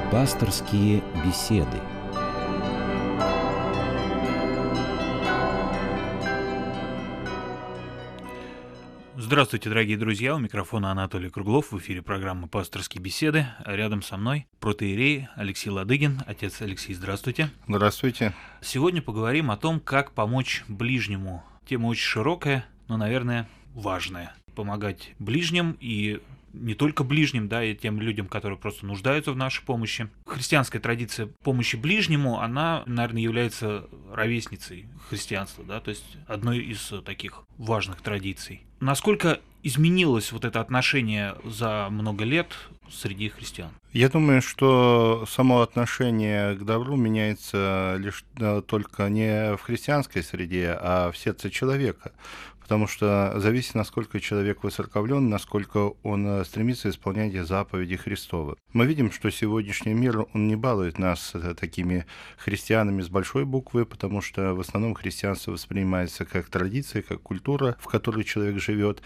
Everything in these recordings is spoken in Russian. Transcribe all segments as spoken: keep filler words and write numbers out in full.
Пасторские беседы. Здравствуйте, дорогие друзья, у микрофона Анатолий Круглов, в эфире программа «Пасторские беседы», а рядом со мной протоиерей Алексей Ладыгин. Отец Алексей, здравствуйте. Здравствуйте. Сегодня поговорим о том, как помочь ближнему. Тема очень широкая, но, наверное, важная. Помогать ближним и не только ближним, да, и тем людям, которые просто нуждаются в нашей помощи. Христианская традиция помощи ближнему, она, наверное, является ровесницей христианства, да, то есть одной из таких важных традиций. Насколько изменилось вот это отношение за много лет среди христиан? Я думаю, что само отношение к добру меняется лишь да, только не в христианской среде, а в сердце человека. Потому что зависит, насколько человек воцерковлен, насколько он стремится исполнять заповеди Христовы. Мы видим, что сегодняшний мир, он не балует нас такими христианами с большой буквы, потому что в основном христианство воспринимается как традиция, как культура, в которой человек живет.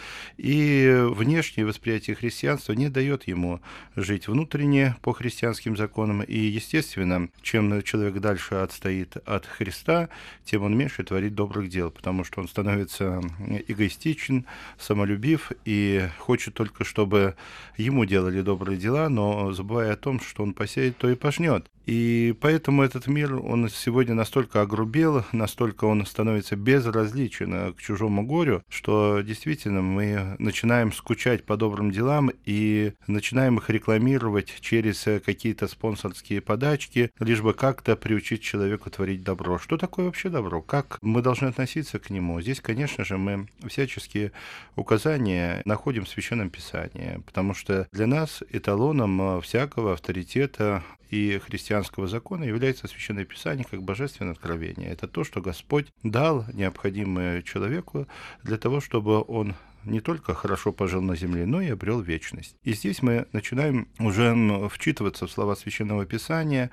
И внешнее восприятие христианства не дает ему жить внутренне по христианским законам. И, естественно, чем человек дальше отстоит от Христа, тем он меньше творит добрых дел, потому что он становится эгоистичен, самолюбив и хочет только, чтобы ему делали добрые дела, но забывая о том, что он посеет, то и пожнет. И поэтому этот мир, он сегодня настолько огрубел, настолько он становится безразличен к чужому горю, что действительно мы начинаем скучать по добрым делам и начинаем их рекламировать через какие-то спонсорские подачки, лишь бы как-то приучить человека творить добро. Что такое вообще добро? Как мы должны относиться к нему? Здесь, конечно же, мы всяческие указания находим в Священном Писании, потому что для нас эталоном всякого авторитета и христианского закона является Священное Писание как божественное откровение. Это то, что Господь дал необходимое человеку для того, чтобы он не только хорошо пожил на земле, но и обрел вечность. И здесь мы начинаем уже вчитываться в слова Священного Писания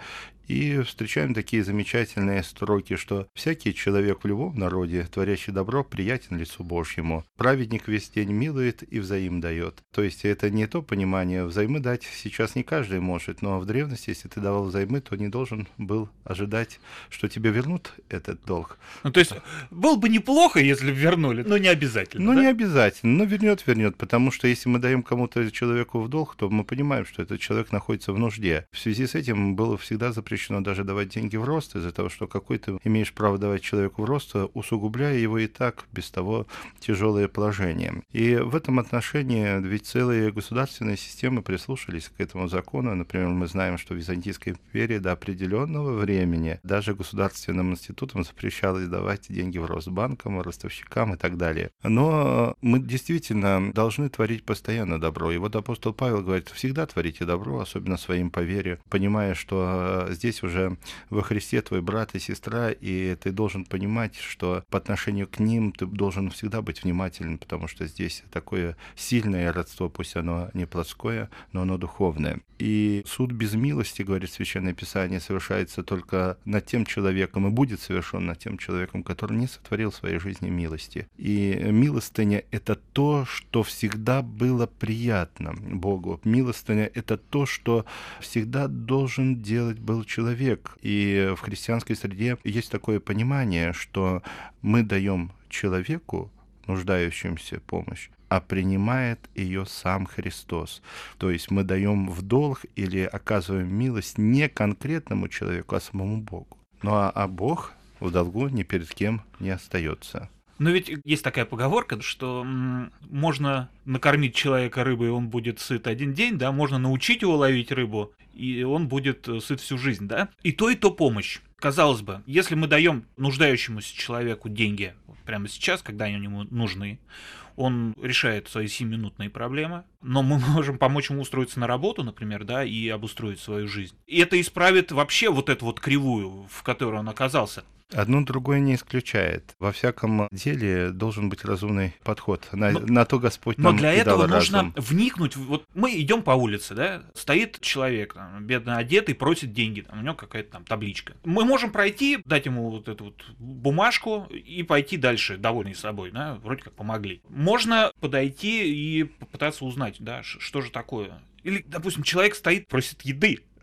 и встречаем такие замечательные строки, что «всякий человек в любом народе, творящий добро, приятен лицу Божьему. Праведник весь день милует и взаим дает». То есть это не то понимание, взаймы дать сейчас не каждый может, но в древности, если ты давал взаймы, то не должен был ожидать, что тебе вернут этот долг. Ну, то есть было бы неплохо, если бы вернули, но не обязательно. Ну, да? не обязательно, но вернет, вернет, потому что если мы даем кому-то человеку в долг, то мы понимаем, что этот человек находится в нужде. В связи с этим было всегда запрещено даже давать деньги в рост, из-за того, что какой ты имеешь право давать человеку в рост, усугубляя его и так без того тяжелое положение. И в этом отношении ведь целые государственные системы прислушались к этому закону. Например, мы знаем, что в Византийской империи до определенного времени даже государственным институтам запрещалось давать деньги в рост банкам, ростовщикам и так далее. Но мы действительно должны творить постоянно добро. И вот апостол Павел говорит, всегда творите добро, особенно своим по вере, понимая, что здесь уже во Христе твой брат и сестра, и ты должен понимать, что по отношению к ним ты должен всегда быть внимателен, потому что здесь такое сильное родство, пусть оно не плотское, но оно духовное. И суд без милости, говорит Священное Писание, совершается только над тем человеком и будет совершен над тем человеком, который не сотворил в своей жизни милости. И милостыня — это то, что всегда было приятно Богу. Милостыня — это то, что всегда должен делать был человек. И в христианской среде есть такое понимание, что мы даем человеку, нуждающимся помощь, а принимает ее сам Христос. То есть мы даем в долг или оказываем милость не конкретному человеку, а самому Богу. Ну а, а Бог в долгу ни перед кем не остается. Но ведь есть такая поговорка, что м, можно накормить человека рыбой, и он будет сыт один день, да, можно научить его ловить рыбу, и он будет сыт всю жизнь, да. И то, и то помощь. Казалось бы, если мы даем нуждающемуся человеку деньги прямо сейчас, когда они ему нужны, он решает свои сиюминутные проблемы, но мы можем помочь ему устроиться на работу, например, да, и обустроить свою жизнь. И это исправит вообще вот эту вот кривую, в которой он оказался. Одно другое не исключает. Во всяком деле должен быть разумный подход. На, но, на то Господь но нам для и этого дал нужно разум. вникнуть. Вот мы идем по улице, да, стоит человек, там, бедно одетый, просит деньги, там, у него какая-то там табличка. Мы можем пройти, дать ему вот эту вот бумажку и пойти дальше, довольный собой, да, вроде как помогли. Можно подойти и попытаться узнать, да, что же такое. Или, допустим, человек стоит, просит еды.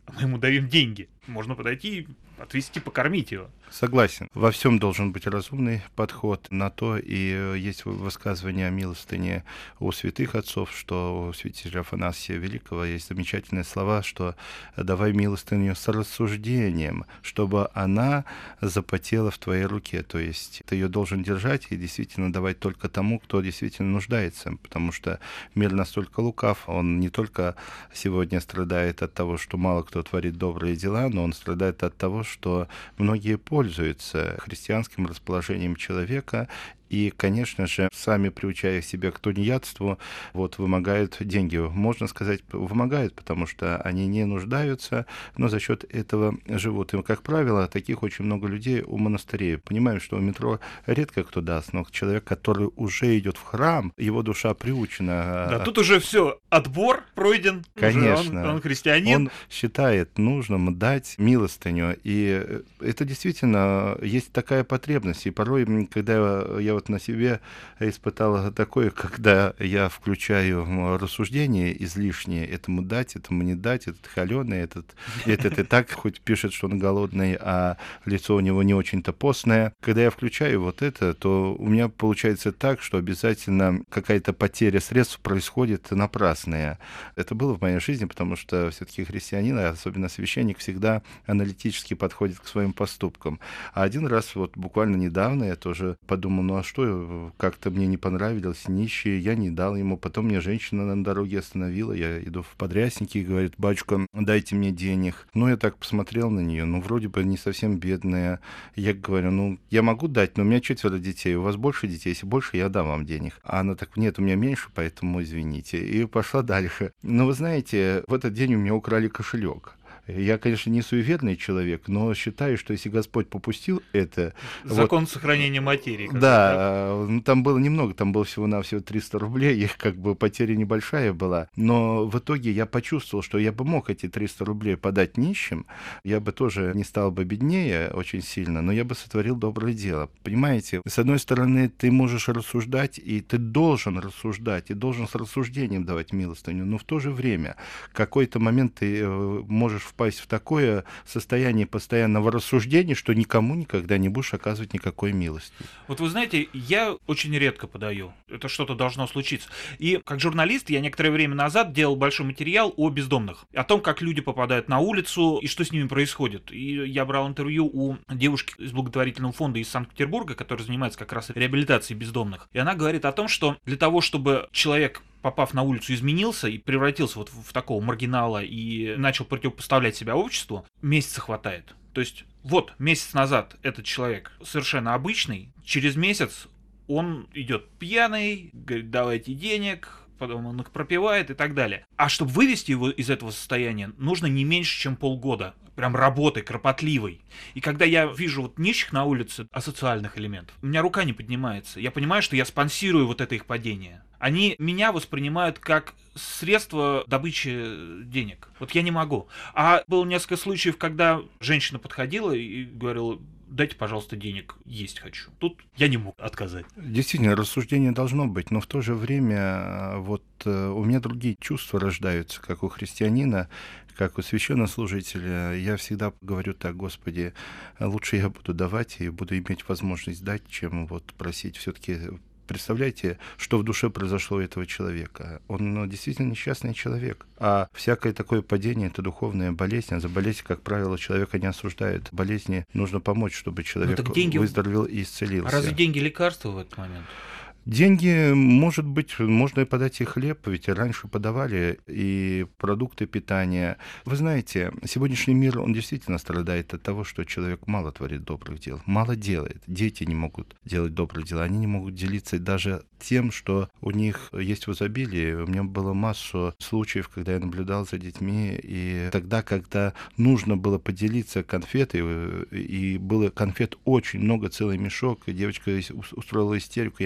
мы ему даем деньги. Можно подойти и отвезти, покормить его. Согласен. Во всем должен быть разумный подход. На то и есть высказывание о милостыне у святых отцов, что у святителя Афанасия Великого есть замечательные слова, что «давай милостыню с рассуждением, чтобы она запотела в твоей руке». То есть ты ее должен держать и действительно давать только тому, кто действительно нуждается, потому что мир настолько лукав, он не только сегодня страдает от того, что мало кто творит добрые дела, но он страдает от того, что многие пользуются христианским расположением человека и, конечно же, сами приучая себя к тунеядству, вот, вымогают деньги. Можно сказать, вымогают, потому что они не нуждаются, но за счет этого живут. И, как правило, таких очень много людей у монастырей. Понимаем, что у метро редко кто даст, но человек, который уже идет в храм, его душа приучена. Да, тут уже все, отбор пройден. Конечно. Он, он христианин. Он считает нужным дать милостыню. И это действительно есть такая потребность. И порой, когда я вот на себе испытал такое, когда я включаю рассуждения излишние, этому дать, этому не дать, этот холеный, этот, этот и так хоть пишет, что он голодный, а лицо у него не очень-то постное. Когда я включаю вот это, то у меня получается так, что обязательно какая-то потеря средств происходит напрасная. Это было в моей жизни, потому что все-таки христианин, а особенно священник, всегда аналитически подходит к своим поступкам. А один раз, вот буквально недавно, я тоже подумал, ну а что, как-то мне не понравилось, нищие, я не дал ему. Потом мне женщина на дороге остановила, я иду в подрясники и говорит: батюшка, дайте мне денег. Ну, я так посмотрел на нее, ну, вроде бы не совсем бедная. Я говорю: ну, я могу дать, но у меня четверо детей, у вас больше детей, если больше, я дам вам денег. А она так: нет, у меня меньше, поэтому извините. И пошла дальше. Но вы знаете, в этот день у меня украли кошелек. Я, конечно, не суеверный человек, но считаю, что если Господь попустил это... Закон вот, сохранения материи. Да, ну, там было немного, там было всего-навсего триста рублей, их как бы потеря небольшая была. Но в итоге я почувствовал, что я бы мог эти триста рублей подать нищим, я бы тоже не стал бы беднее очень сильно, но я бы сотворил доброе дело. Понимаете, с одной стороны, ты можешь рассуждать, и ты должен рассуждать, и должен с рассуждением давать милостыню, но в то же время в какой-то момент ты можешь впасть в такое состояние постоянного рассуждения, что никому никогда не будешь оказывать никакой милости. Вот вы знаете, я очень редко подаю. Это что-то должно случиться. И как журналист я некоторое время назад делал большой материал о бездомных. О том, как люди попадают на улицу и что с ними происходит. И я брал интервью у девушки из благотворительного фонда из Санкт-Петербурга, которая занимается как раз реабилитацией бездомных. И она говорит о том, что для того, чтобы человек, попав на улицу, изменился и превратился вот в такого маргинала и начал противопоставлять себя обществу, месяца хватает. То есть вот месяц назад этот человек совершенно обычный, через месяц он идет пьяный, говорит: давайте денег, потом он их пропивает и так далее. А чтобы вывести его из этого состояния, нужно не меньше, чем полгода. Прям работы кропотливой. И когда я вижу вот нищих на улице, асоциальных элементов, у меня рука не поднимается. Я понимаю, что я спонсирую вот это их падение. Они меня воспринимают как средство добычи денег. Вот я не могу. А было несколько случаев, когда женщина подходила и говорила: дайте, пожалуйста, денег, есть хочу. Тут я не мог отказать. Действительно, рассуждение должно быть, но в то же время вот у меня другие чувства рождаются, как у христианина, как у священнослужителя. Я всегда говорю так: Господи, лучше я буду давать и буду иметь возможность дать, чем вот просить. Все-таки представляете, что в душе произошло у этого человека. Он ну, действительно несчастный человек. А всякое такое падение — это духовная болезнь. А за болезнь, как правило, человека не осуждают. Болезни нужно помочь, чтобы человек ну, деньги... выздоровел и исцелился. А разве деньги лекарства в этот момент? Деньги, может быть, можно и подать и хлеб, ведь раньше подавали и продукты питания. Вы знаете, сегодняшний мир, он действительно страдает от того, что человек мало творит добрых дел, мало делает. Дети не могут делать добрые дела, они не могут делиться даже тем, что у них есть в изобилии. У меня было массу случаев, когда я наблюдал за детьми, и тогда, когда нужно было поделиться конфетой, и было конфет очень много, целый мешок, и девочка устроила истерику: я не хочу давать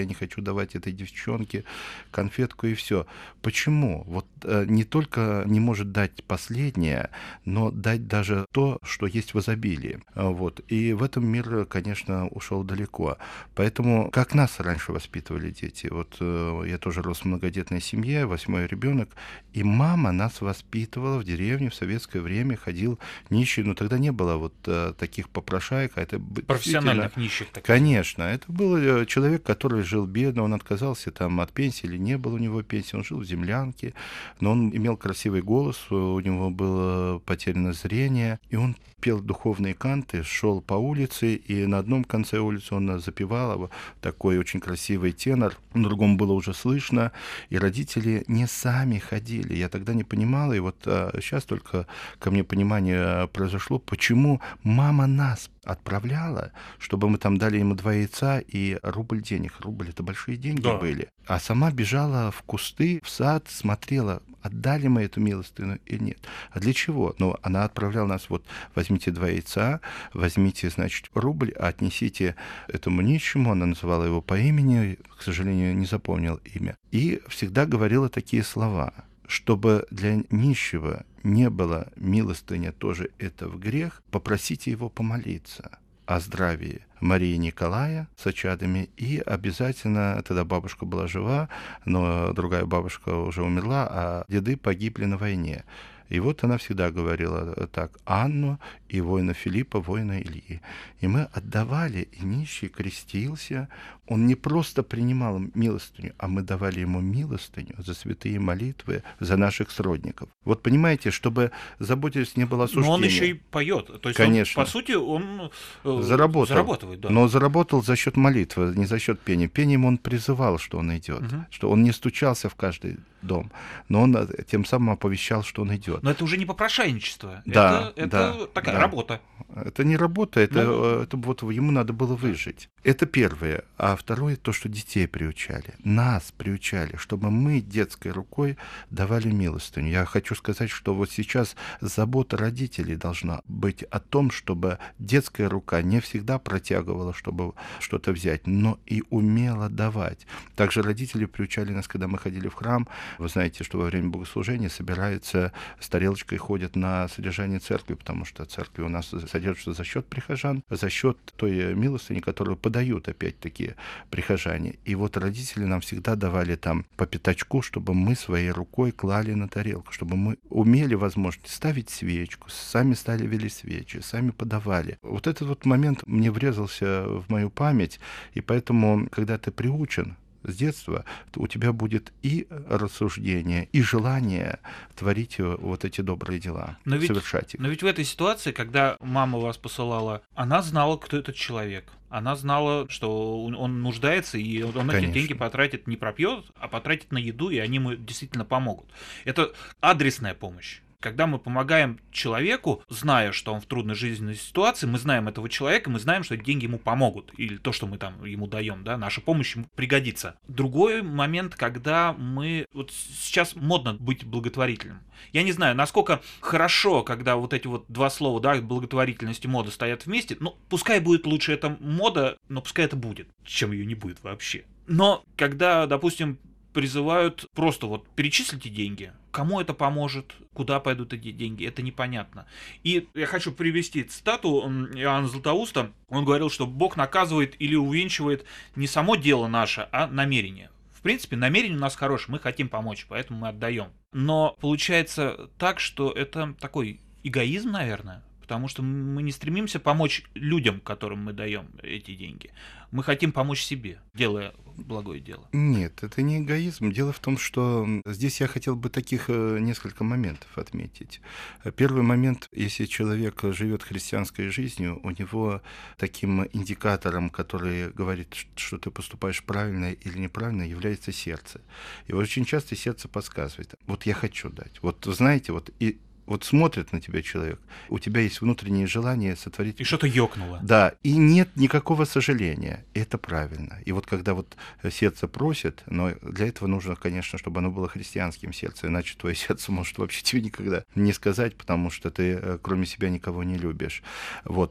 давать этой девчонке конфетку и все. Почему? Вот э, не только не может дать последнее, но дать даже то, что есть в изобилии. Вот. И в этом мир, конечно, ушел далеко. Поэтому, как нас раньше воспитывали дети? Вот э, я тоже рос в многодетной семье, восьмой ребенок, и мама нас воспитывала в деревне в советское время, ходил нищий, но тогда не было вот э, таких попрошаек, а это профессиональных нищих. Так конечно, это был человек, который жил бедно, он отказался там от пенсии или не было у него пенсии, он жил в землянке, но он имел красивый голос, у него было потеряно зрение, и он пел духовные канты, шел по улице, и на одном конце улицы он запевал его, такой очень красивый тенор, на другом было уже слышно, и родители не сами ходили. Я тогда не понимала, и вот а, сейчас только ко мне понимание произошло, почему мама нас отправляла, чтобы мы там дали ему два яйца и рубль денег. Рубль — это большие деньги да. были. А сама бежала в кусты, в сад, смотрела, отдали мы эту милостыню или нет. А для чего? Ну, она отправляла нас, вот, возьмите два яйца, возьмите, значит, рубль, отнесите этому нищему, она называла его по имени, к сожалению, не запомнил имя, и всегда говорила такие слова: чтобы для нищего не было милостыня, тоже это в грех, попросите его помолиться о здравии Марии Николая с чадами, и обязательно, тогда бабушка была жива, но другая бабушка уже умерла, а деды погибли на войне. И вот она всегда говорила так: Анну и воина Филиппа, воина Ильи. И мы отдавали, и нищий крестился. Он не просто принимал милостыню, а мы давали ему милостыню за святые молитвы, за наших сродников. Вот понимаете, чтобы заботились, не было осуждения. Но он еще и поет. То есть, конечно. Он, по сути, он Заработал. зарабатывает. Да. Но заработал за счет молитвы, не за счет пения. Пением он призывал, что он идет, угу. что он не стучался в каждый дом, но он тем самым оповещал, что он идет. Но это уже не попрошайничество. Да, это, да, это такая да. работа. Это не работа, это, ну... это вот ему надо было выжить. Это первое. А второе, то, что детей приучали. Нас приучали, чтобы мы детской рукой давали милостыню. Я хочу сказать, что вот сейчас забота родителей должна быть о том, чтобы детская рука не всегда протягивала, чтобы что-то взять, но и умела давать. Также родители приучали нас, когда мы ходили в храм. Вы знаете, что во время богослужения собираются с тарелочкой, ходят на содержание церкви, потому что церкви у нас содержится за счет прихожан, за счет той милостыни, которую подают опять-таки прихожане. И вот родители нам всегда давали там по пятачку, чтобы мы своей рукой клали на тарелку, чтобы мы умели возможность ставить свечку, сами ставили свечи, сами подавали. Вот этот вот момент мне врезался в мою память, и поэтому, когда ты приучен с детства, у тебя будет и рассуждение, и желание творить вот эти добрые дела, но ведь, совершать их. Но ведь в этой ситуации, когда мама вас посылала, она знала, кто этот человек. Она знала, что он нуждается, и он Конечно. Эти деньги потратит, не пропьет, а потратит на еду, и они ему действительно помогут. Это адресная помощь. Когда мы помогаем человеку, зная, что он в трудной жизненной ситуации, мы знаем этого человека, мы знаем, что эти деньги ему помогут, или то, что мы там ему даем, да, наша помощь ему пригодится. Другой момент, когда мы... Вот сейчас модно быть благотворительным. Я не знаю, насколько хорошо, когда вот эти вот два слова, да, благотворительность и мода стоят вместе, ну, пускай будет лучше эта мода, но пускай это будет, чем ее не будет вообще. Но когда, допустим, призывают просто вот перечислите деньги, кому это поможет, куда пойдут эти деньги, это непонятно. И я хочу привести цитату Иоанна Златоуста. Он говорил, что Бог наказывает или увенчивает не само дело наше, а намерение. В принципе, намерение у нас хорошее, мы хотим помочь, поэтому мы отдаем. Но получается так, что это такой эгоизм, наверное, потому что мы не стремимся помочь людям, которым мы даем эти деньги. Мы хотим помочь себе, делая благое дело. Нет, это не эгоизм. Дело в том, что здесь я хотел бы таких несколько моментов отметить. Первый момент, если человек живет христианской жизнью, у него таким индикатором, который говорит, что ты поступаешь правильно или неправильно, является сердце. И очень часто сердце подсказывает: вот я хочу дать. Вот знаете, вот и Вот смотрит на тебя человек, у тебя есть внутреннее желание сотворить... И что-то ёкнуло. Да, и нет никакого сожаления. Это правильно. И вот когда вот сердце просит, но для этого нужно, конечно, чтобы оно было христианским сердцем, иначе твое сердце может вообще тебе никогда не сказать, потому что ты кроме себя никого не любишь. Вот, но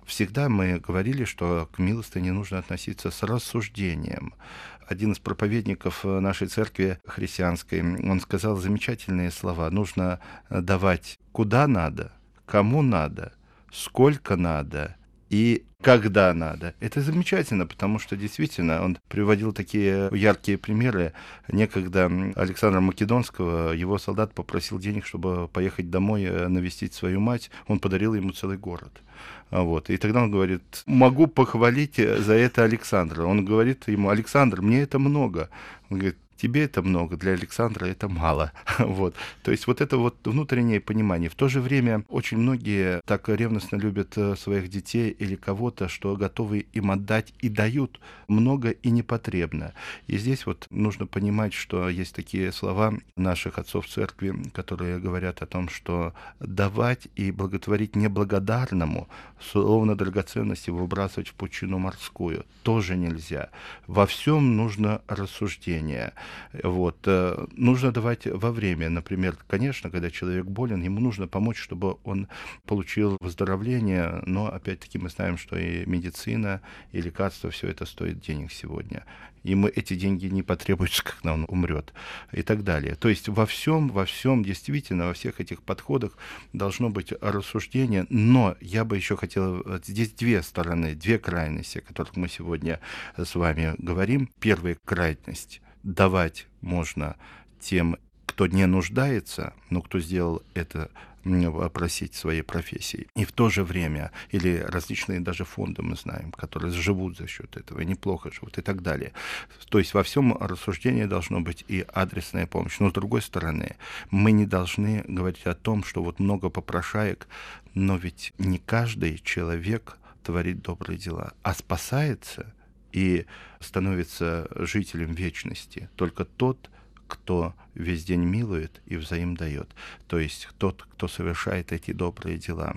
всегда мы говорили, что к милостыне нужно относиться с рассуждением. Один из проповедников нашей церкви христианской, он сказал замечательные слова. Нужно давать куда надо, кому надо, сколько надо и когда надо. Это замечательно, потому что действительно он приводил такие яркие примеры. Некогда Александра Македонского, его солдат попросил денег, чтобы поехать домой навестить свою мать. Он подарил ему целый город. Вот. И тогда он говорит: могу похвалить за это Александра. Он говорит ему: Александр, мне это много. Он говорит: тебе это много, для Александра это мало. Вот. То есть вот это вот внутреннее понимание. В то же время очень многие так ревностно любят своих детей или кого-то, что готовы им отдать и дают много и непотребно. И здесь вот нужно понимать, что есть такие слова наших отцов церкви, которые говорят о том, что давать и благотворить неблагодарному, словно драгоценности выбрасывать в пучину морскую, тоже нельзя. Во всем нужно рассуждение. Вот. Нужно давать во время. Например, конечно, когда человек болен, ему нужно помочь, чтобы он получил выздоровление, но опять-таки мы знаем, что и медицина, и лекарства, все это стоит денег сегодня. Ему эти деньги не потребуются, когда он умрет, и так далее. То есть во всем, во всем, действительно, во всех этих подходах должно быть рассуждение, но я бы еще хотел, здесь две стороны, две крайности, о которых мы сегодня с вами говорим. Первая крайность: давать можно тем, кто не нуждается, но кто сделал это просить своей профессии. И в то же время, или различные даже фонды мы знаем, которые живут за счет этого, неплохо живут и так далее. То есть во всем рассуждении должно быть и адресная помощь. Но с другой стороны, мы не должны говорить о том, что вот много попрошаек, но ведь не каждый человек творит добрые дела, а спасается и становится жителем вечности только тот, кто весь день милует и взаим дает. То есть тот, кто совершает эти добрые дела.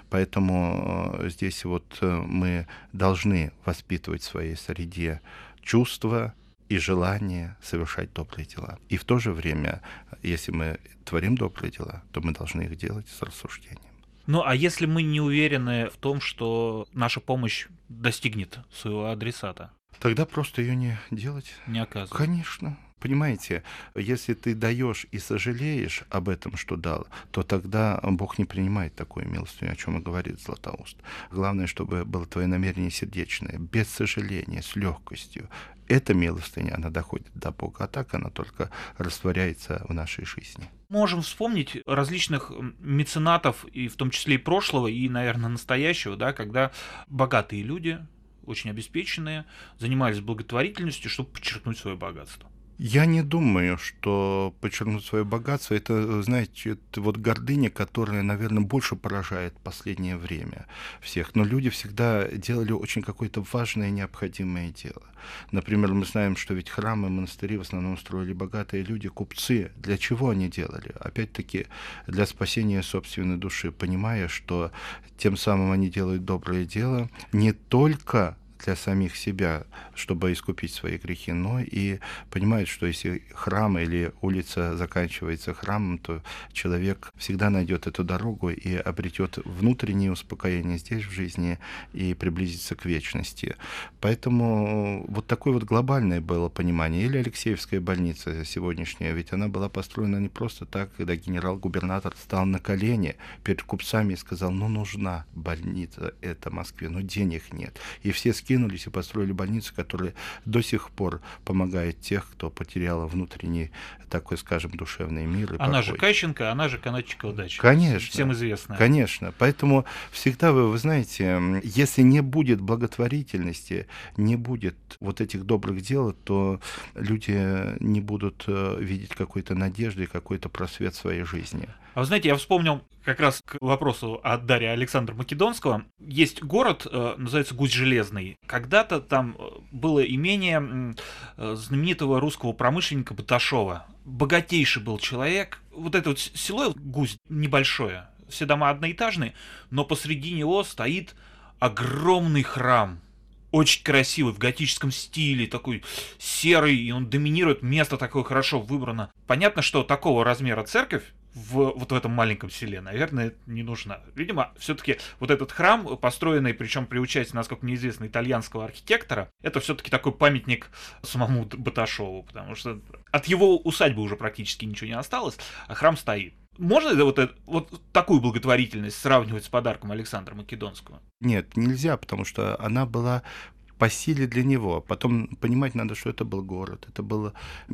Поэтому здесь вот мы должны воспитывать в своей среде чувства и желание совершать добрые дела. И в то же время, если мы творим добрые дела, то мы должны их делать с рассуждением. Ну, а если мы не уверены в том, что наша помощь достигнет своего адресата? Тогда просто ее не делать. Не оказывать. Конечно. Понимаете, если ты даешь и сожалеешь об этом, что дал, то тогда Бог не принимает такую милостыню, о чем и говорит Златоуст. Главное, чтобы было твое намерение сердечное, без сожаления, с легкостью. Эта милостыня, она доходит до Бога, а так она только растворяется в нашей жизни. Можем вспомнить различных меценатов, и в том числе и прошлого, и, наверное, настоящего, да, когда богатые люди, очень обеспеченные, занимались благотворительностью, чтобы подчеркнуть свое богатство. Я не думаю, что подчеркнуть свое богатство, это, знаете, это вот гордыня, которая, наверное, больше поражает в последнее время всех. Но люди всегда делали очень какое-то важное, необходимое дело. Например, мы знаем, что ведь храмы, монастыри в основном строили богатые люди, купцы. Для чего они делали? Опять-таки, для спасения собственной души, понимая, что тем самым они делают доброе дело не только для самих себя, чтобы искупить свои грехи, но и понимают, что если храм или улица заканчивается храмом, то человек всегда найдет эту дорогу и обретет внутреннее успокоение здесь, в жизни, и приблизится к вечности. Поэтому вот такое вот глобальное было понимание. Или Алексеевская больница сегодняшняя, ведь она была построена не просто так, когда генерал-губернатор встал на колени перед купцами и сказал: ну, нужна больница эта Москве, но денег нет. И все скинулись и построили больницу, которая до сих пор помогает тех, кто потерял внутренний, такой, скажем, душевный мир и Она покой. же Кащенко, она же Канатчикова дача. Конечно. Всем известно. Конечно. Поэтому всегда, вы, вы знаете, если не будет благотворительности, не будет вот этих добрых дел, то люди не будут видеть какой-то надежды, какой-то просвет в своей жизни. А вы знаете, я вспомнил как раз к вопросу о даре Александра Македонского. Есть город, называется Гусь Железный. Когда-то там было имение знаменитого русского промышленника Баташова. Богатейший был человек. Вот это вот село Гусь небольшое, все дома одноэтажные, но посреди него стоит огромный храм. очень красивый, в готическом стиле, такой серый, и он доминирует, место такое хорошо выбрано. Понятно, что такого размера церковь в, вот в этом маленьком селе, наверное, не нужна. Видимо, все-таки вот этот храм, построенный, причем при участии, насколько мне известно, итальянского архитектора, это все-таки такой памятник самому Баташову, потому что от его усадьбы уже практически ничего не осталось, а храм стоит. Можно ли вот, это, вот такую благотворительность сравнивать с подарком Александра Македонского? Нет, нельзя, потому что она была по силе для него. Потом понимать надо, что это был город. Это был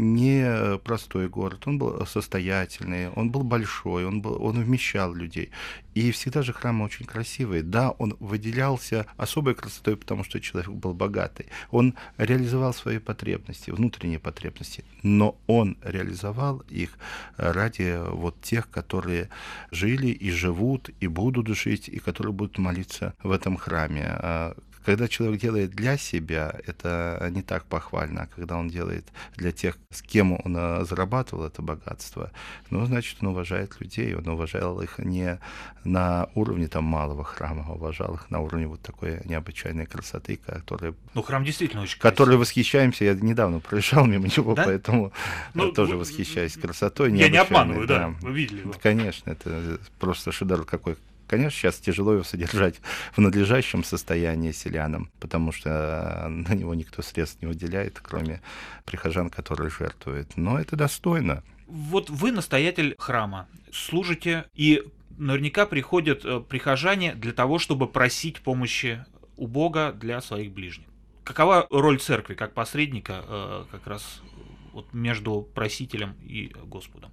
не простой город, он был состоятельный, он был большой, он, был, он вмещал людей. И всегда же храмы очень красивые. Да, он выделялся особой красотой, потому что человек был богатый. Он реализовал свои потребности, внутренние потребности, но он реализовал их ради вот тех, которые жили и живут, и будут жить, и которые будут молиться в этом храме. Когда человек делает для себя, это не так похвально, а когда он делает для тех, с кем он зарабатывал это богатство, ну, значит, он уважает людей, он уважал их не на уровне там малого храма, а уважал их на уровне вот такой необычайной красоты, которая... Ну, храм действительно очень красивый. Которой восхищаемся, я недавно проезжал мимо него, да? Поэтому ну, тоже вы... восхищаюсь красотой. Я не обманываю, да, да, вы видели его. Конечно, это просто шедевр какой. Конечно, сейчас тяжело его содержать в надлежащем состоянии селянам, потому что на него никто средств не выделяет, кроме прихожан, которые жертвуют. Но это достойно. Вот вы настоятель храма, служите, и наверняка приходят прихожане для того, чтобы просить помощи у Бога для своих ближних. Какова роль церкви как посредника как раз вот между просителем и Господом?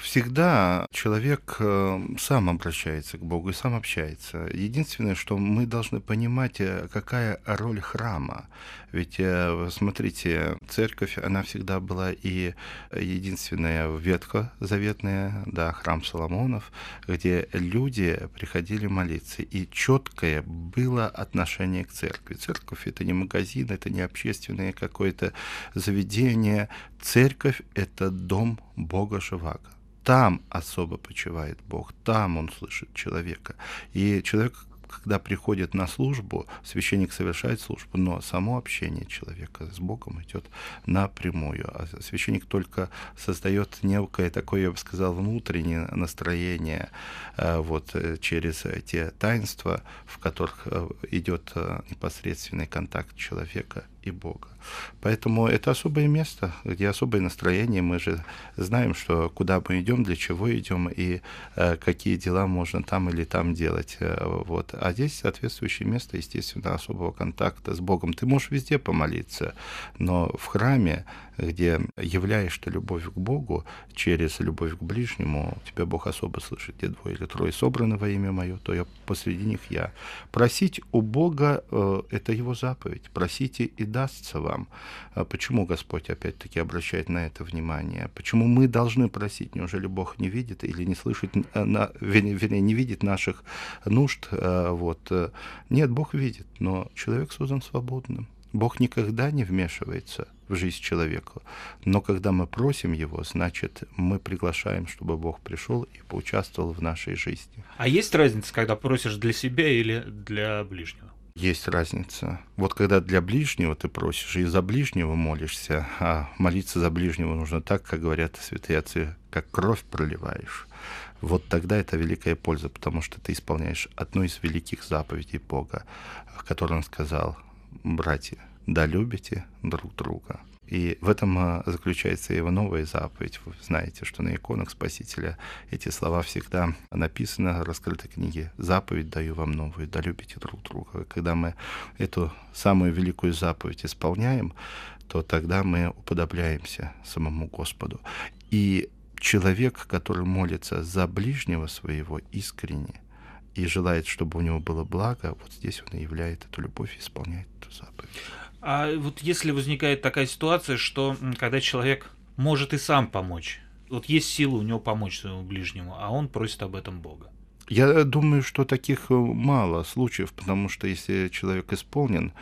Всегда человек сам обращается к Богу и сам общается. Единственное, что мы должны понимать, какая роль храма. Ведь, смотрите, церковь, она всегда была и единственная ветхозаветная, да, храм Соломонов, где люди приходили молиться. И четкое было отношение к церкви. Церковь — это не магазин, это не общественное какое-то заведение. Церковь — это дом Бога живаго. Там особо почивает Бог, там Он слышит человека. И человек, когда приходит на службу, священник совершает службу, но само общение человека с Богом идет напрямую. А священник только создает некое такое, я бы сказал, внутреннее настроение вот, через те таинства, в которых идет непосредственный контакт человека и Бога. Поэтому это особое место, где особое настроение. Мы же знаем, что куда мы идем, для чего идем и э, какие дела можно там или там делать. Вот. А здесь соответствующее место, естественно, особого контакта с Богом. Ты можешь везде помолиться, но в храме, где являешь ты любовь к Богу через любовь к ближнему, тебя Бог особо слышит. Где двое или трое собраны во имя Мое, то я посреди них я. Просить у Бога э, — это Его заповедь. Просите, и дастся вам. Почему Господь опять-таки обращает на это внимание? Почему мы должны просить? Неужели Бог не видит или не слышит, вернее, не видит наших нужд? Вот. Нет, Бог видит, но человек создан свободным. Бог никогда не вмешивается в жизнь человека, но когда мы просим Его, значит, мы приглашаем, чтобы Бог пришел и поучаствовал в нашей жизни. А есть разница, когда просишь для себя или для ближнего? Есть разница. Вот когда для ближнего ты просишь и за ближнего молишься, а молиться за ближнего нужно так, как говорят святые отцы, как кровь проливаешь, вот тогда это великая польза, потому что ты исполняешь одну из великих заповедей Бога, которую Он сказал: «Братья, да любите друг друга». И в этом заключается его новая заповедь. Вы знаете, что на иконах Спасителя эти слова всегда написаны в раскрытой книге. «Заповедь даю вам новую, да любите друг друга». Когда мы эту самую великую заповедь исполняем, то тогда мы уподобляемся самому Господу. И человек, который молится за ближнего своего искренне и желает, чтобы у него было благо, вот здесь он и являет эту любовь и исполняет эту заповедь. А вот если возникает такая ситуация, что когда человек может и сам помочь, вот есть сила у него помочь своему ближнему, а он просит об этом Бога. Я думаю, что таких мало случаев, потому что если человек исполнен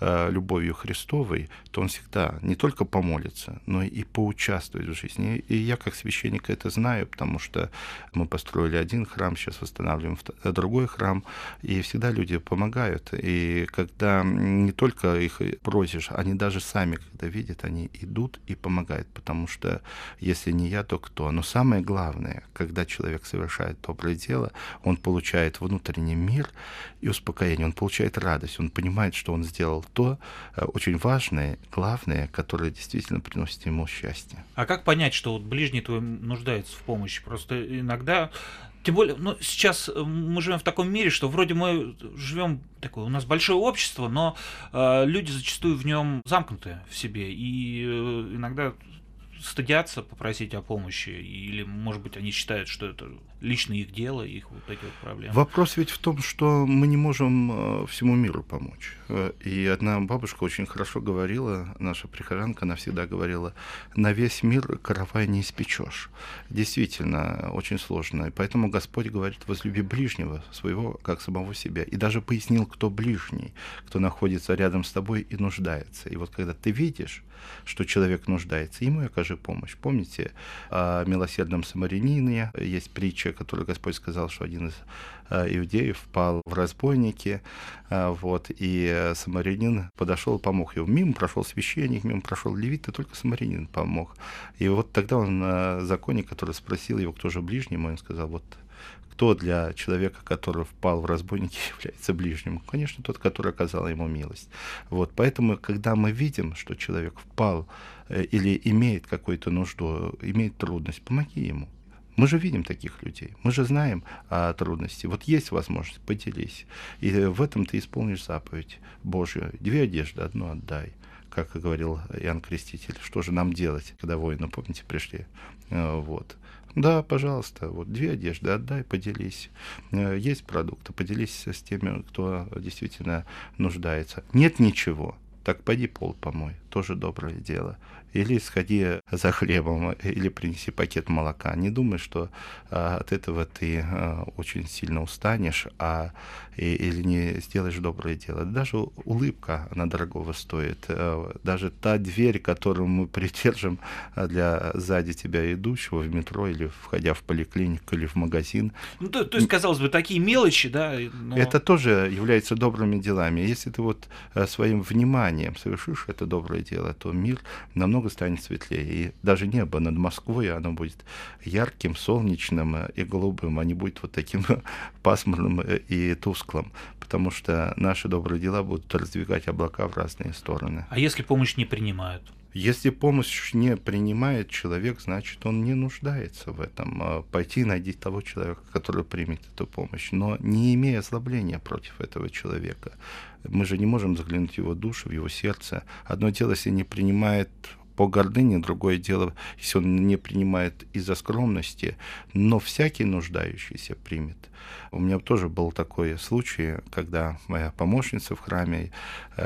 э, любовью Христовой, то он всегда не только помолится, но и поучаствует в жизни. И я как священник это знаю, потому что мы построили один храм, сейчас восстанавливаем другой храм, и всегда люди помогают. И когда не только их просишь, они даже сами, когда видят, они идут и помогают, потому что если не я, то кто? Но самое главное, когда человек совершает доброе дело, он получает внутренний мир и успокоение, он получает радость, он понимает, что он сделал то очень важное, главное, которое действительно приносит ему счастье. А как понять, что вот ближний твой нуждается в помощи? Просто иногда... Тем более, ну, сейчас мы живем в таком мире, что вроде мы живем такое, у нас большое общество, но э, люди зачастую в нем замкнуты в себе, и э, иногда стыдятся попросить о помощи, или, может быть, они считают, что это лично их дело, их вот эти вот проблемы. Вопрос ведь в том, что мы не можем всему миру помочь. И одна бабушка очень хорошо говорила, наша прихожанка, она всегда говорила, на весь мир каравай не испечешь. Действительно, очень сложно. И поэтому Господь говорит, возлюби ближнего своего, как самого себя. И даже пояснил, кто ближний, кто находится рядом с тобой и нуждается. И вот когда ты видишь, что человек нуждается, ему окажи помощь. Помните о милосердном самарянине? Есть притча, которую Господь сказал, что один из иудеев впал в разбойники, вот, и самарянин подошел и помог ему. Мимо прошел священник, мимо прошел левит, и только самарянин помог. И вот тогда он, законник, который спросил его, кто же ближний мой, он сказал, вот, кто для человека, который впал в разбойники, является ближним? Конечно, тот, который оказал ему милость. Вот, поэтому, когда мы видим, что человек впал или имеет какую-то нужду, имеет трудность, помоги ему. Мы же видим таких людей, мы же знаем о трудности. Вот есть возможность, поделись. И в этом ты исполнишь заповедь Божью. Две одежды, одну отдай. Как говорил Иоанн Креститель, что же нам делать, когда воины, помните, пришли? Вот. Да, пожалуйста, вот две одежды отдай, поделись. Есть продукты, поделись с теми, кто действительно нуждается. Нет ничего, так пойди пол помой, тоже доброе дело. Или сходи за хлебом, или принеси пакет молока. Не думай, что а, от этого ты а, очень сильно устанешь, а, и, или не сделаешь доброе дело. Даже улыбка, она дорогого стоит. А, даже та дверь, которую мы придержим для сзади тебя идущего в метро, или входя в поликлинику, или в магазин. Ну, то, то есть, казалось бы, такие мелочи, да? Но... Это тоже является добрыми делами. Если ты вот своим вниманием совершишь это доброе дело, то мир намного станет светлее. И даже небо над Москвой, оно будет ярким, солнечным и голубым, а не будет вот таким пасмурным и тусклым. Потому что наши добрые дела будут раздвигать облака в разные стороны. А если помощь не принимают? Если помощь не принимает человек, значит, он не нуждается в этом. Пойти и найти того человека, который примет эту помощь, но не имея озлобления против этого человека. Мы же не можем заглянуть в его душу, в его сердце. Одно дело, если не принимает по гордыне, другое дело, если он не принимает из-за скромности, но всякий нуждающийся примет. У меня тоже был такой случай, когда моя помощница в храме,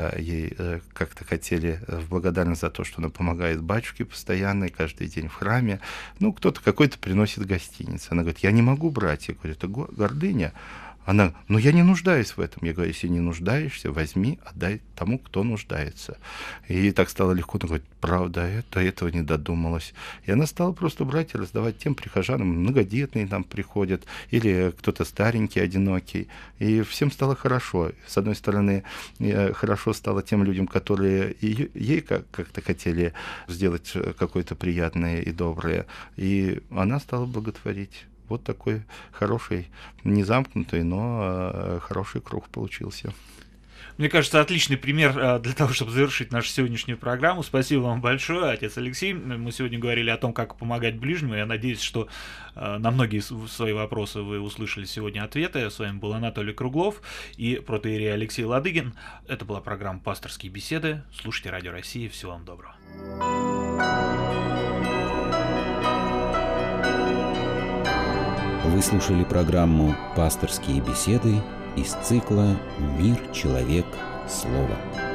ей как-то хотели в благодарность за то, что она помогает батюшке постоянно и каждый день в храме, ну, кто-то какой-то приносит гостиницу. Она говорит, я не могу брать. Я говорю, это гордыня. Она, ну я не нуждаюсь в этом. Я говорю, если не нуждаешься, возьми, отдай тому, кто нуждается. И ей так стало легко, она говорит, правда, это, этого не додумалась. И она стала просто брать и раздавать тем прихожанам, многодетные там приходят, или кто-то старенький, одинокий. И всем стало хорошо. С одной стороны, хорошо стало тем людям, которые ей как-то хотели сделать какое-то приятное и доброе. И она стала благотворить. Вот такой хороший, не замкнутый, но хороший круг получился. Мне кажется, отличный пример для того, чтобы завершить нашу сегодняшнюю программу. Спасибо вам большое, отец Алексей. Мы сегодня говорили о том, как помогать ближнему. Я надеюсь, что на многие свои вопросы вы услышали сегодня ответы. С вами был Анатолий Круглов и протоиерей Алексей Ладыгин. Это была программа «Пасторские беседы». Слушайте Радио России. Всего вам доброго. Вы слушали программу «Пасторские беседы» из цикла «Мир, человек, слово».